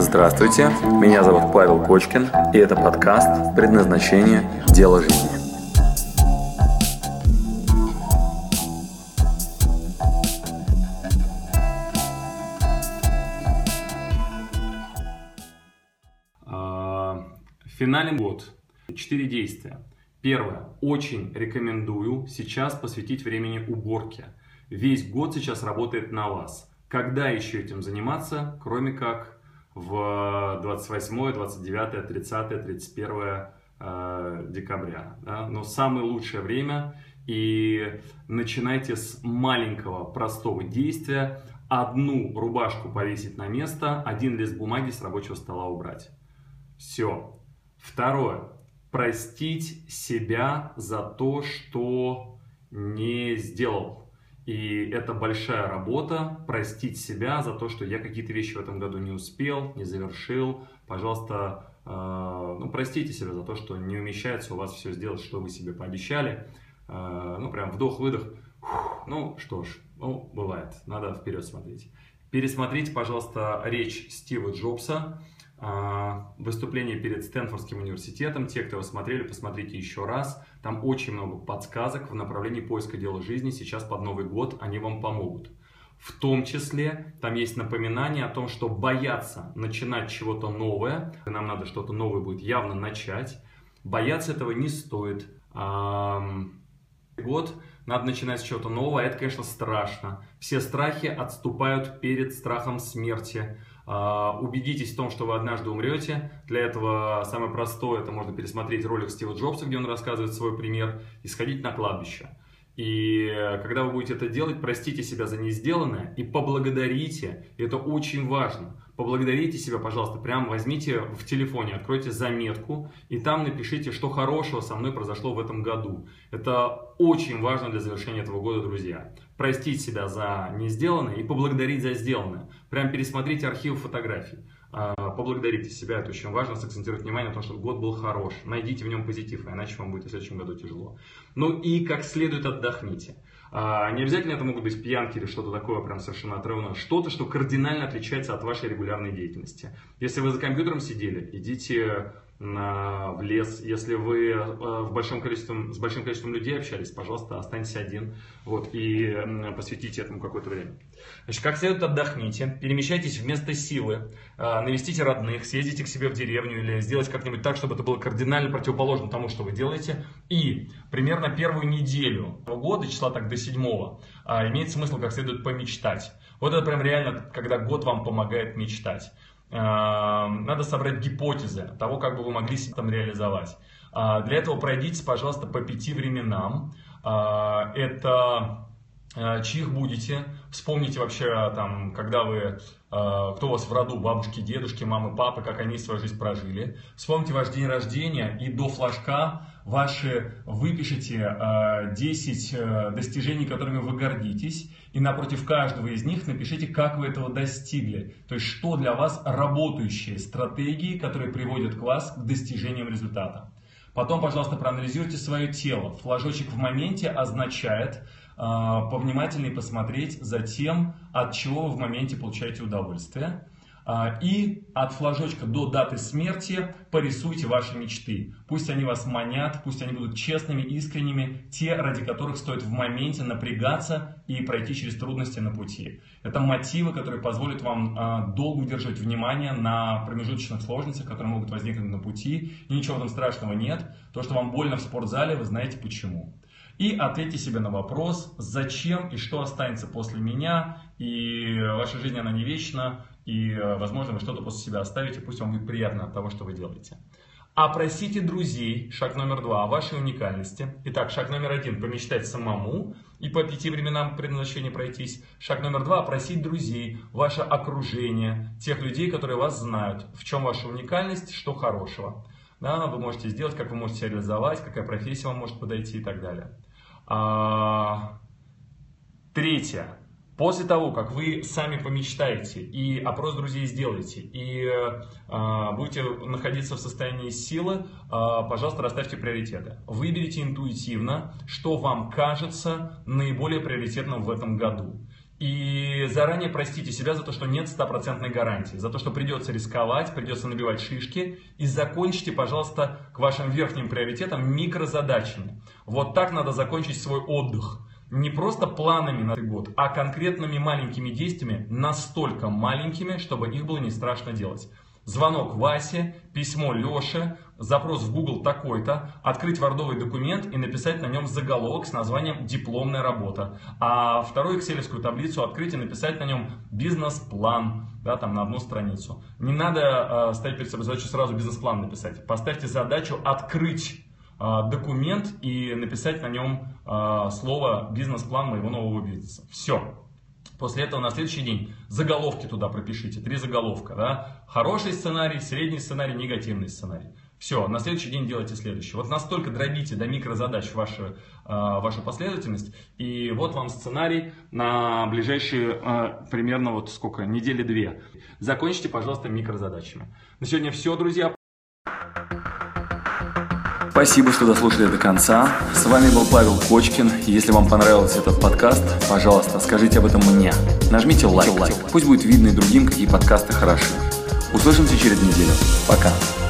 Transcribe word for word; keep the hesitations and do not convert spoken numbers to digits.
Здравствуйте, меня зовут Павел Кочкин, и это подкаст «Предназначение. Дело жизни». Финальный год. Четыре действия. Первое. Очень рекомендую сейчас посвятить времени уборке. Весь год сейчас работает на вас. Когда еще этим заниматься, кроме как в двадцать восьмое, двадцать девятое, тридцатое, тридцать первое э, декабря. Да? Но самое лучшее время. И начинайте с маленького простого действия. Одну рубашку повесить на место, один лист бумаги с рабочего стола убрать. Все. Второе. Простить себя за то, что не сделал. И это большая работа. Простить себя за то, что я какие-то вещи в этом году не успел, не завершил. Пожалуйста, э, ну, простите себя за то, что не умещается у вас все сделать, что вы себе пообещали. Э, ну, прям вдох-выдох. Ну, что ж, ну, бывает. Надо вперед смотреть. Пересмотрите, пожалуйста, речь Стива Джобса. Выступление перед Стэнфордским университетом. Те, кто его смотрели, посмотрите еще раз. Там очень много подсказок в направлении поиска дела жизни. Сейчас под Новый год они вам помогут. В том числе там есть напоминание о том, что бояться начинать чего-то новое. Нам надо что-то новое будет явно начать. Бояться этого не стоит. Год надо начинать с чего-то нового. Это, конечно, страшно. Все страхи отступают перед страхом смерти. Uh, убедитесь в том, что вы однажды умрете. Для этого самое простое, это можно пересмотреть ролик Стива Джобса, где он рассказывает свой пример, и сходить на кладбище. И когда вы будете это делать, простите себя за несделанное и поблагодарите. Это очень важно. Поблагодарите себя, пожалуйста. Прям возьмите в телефоне, откройте заметку и там напишите, что хорошего со мной произошло в этом году. Это очень важно для завершения этого года, друзья. Простить себя за несделанное и поблагодарить за сделанное. Прям пересмотрите архив фотографий. Поблагодарите себя, это очень важно, сакцентировать внимание на том, что год был хорош. Найдите в нем позитив, иначе вам будет в следующем году тяжело. Ну и как следует отдохните. Не обязательно это могут быть пьянки или что-то такое прям совершенно отрывное. Что-то, что кардинально отличается от вашей регулярной деятельности. Если вы за компьютером сидели, идите на, в лес. Если вы в большом количестве, с большим количеством людей общались, пожалуйста, останьтесь один вот, и посвятите этому какое-то время. Значит, как следует отдохните, перемещайтесь в место силы, навестите родных, съездите к себе в деревню или сделайте как-нибудь так, чтобы это было кардинально противоположно тому, что вы делаете. И примерно первую неделю года, числа так до седьмого, имеет смысл как следует помечтать. Вот это прям реально, когда год вам помогает мечтать. Надо собрать гипотезы того, как бы вы могли себя там реализовать. Для этого пройдитесь, пожалуйста, по пяти временам. Это чьих будете. Вспомните вообще, там, когда вы, кто у вас в роду, бабушки, дедушки, мамы, папы, как они свою жизнь прожили. Вспомните ваш день рождения и до флажка ваши выпишите десять достижений, которыми вы гордитесь. И напротив каждого из них напишите, как вы этого достигли. То есть, что для вас работающие стратегии, которые приводят к вас к достижениям результата. Потом, пожалуйста, проанализируйте свое тело. Флажочек в моменте означает э, повнимательнее посмотреть за тем, от чего вы в моменте получаете удовольствие. Э, и от флажочка до даты смерти порисуйте ваши мечты. Пусть они вас манят, пусть они будут честными, искренними, те, ради которых стоит в моменте напрягаться и пройти через трудности на пути. Это мотивы, которые позволят вам э, долго удерживать внимание на промежуточных сложностях, которые могут возникнуть на пути. И ничего там страшного нет. То, что вам больно в спортзале, вы знаете почему. И ответьте себе на вопрос, зачем и что останется после меня. И ваша жизнь, она не вечна. И, возможно, вы что-то после себя оставите. Пусть вам будет приятно от того, что вы делаете. Опросите друзей, шаг номер два, о вашей уникальности. Итак, шаг номер один, помечтать самому и по пяти временам предназначения пройтись. Шаг номер два, опросить друзей, ваше окружение, тех людей, которые вас знают. В чем ваша уникальность, что хорошего. Да, вы можете сделать, как вы можете себя реализовать, какая профессия вам может подойти и так далее. А... Третье. После того, как вы сами помечтаете и опрос друзей сделаете, и э, будете находиться в состоянии силы, э, пожалуйста, расставьте приоритеты. Выберите интуитивно, что вам кажется наиболее приоритетным в этом году. И заранее простите себя за то, что нет стопроцентной гарантии, за то, что придется рисковать, придется набивать шишки. И закончите, пожалуйста, к вашим верхним приоритетам микрозадачами. Вот так надо закончить свой отдых. Не просто планами на этот год, а конкретными маленькими действиями, настолько маленькими, чтобы их было не страшно делать. Звонок Васе, письмо Леше, запрос в Google такой-то, открыть вордовый документ и написать на нем заголовок с названием «Дипломная работа». А вторую экселевскую таблицу открыть и написать на нем «Бизнес-план», да, там на одну страницу. Не надо э, ставить перед собой задачу сразу бизнес-план написать. Поставьте задачу открыть э, документ и написать на нем э, слово «Бизнес-план моего нового бизнеса». Все. После этого на следующий день заголовки туда пропишите, три заголовка, да? Хороший сценарий, средний сценарий, негативный сценарий. Все, на следующий день делайте следующее. Вот настолько дробите до микрозадач вашу, э, вашу последовательность, и вот вам сценарий на ближайшие э, примерно вот сколько, недели две. Закончите, пожалуйста, микрозадачами. На сегодня все, друзья. Спасибо, что дослушали до конца. С вами был Павел Кочкин. Если вам понравился этот подкаст, пожалуйста, скажите об этом мне. Нажмите лайк. Пусть будет видно и другим, какие подкасты хороши. Услышимся через неделю. Пока.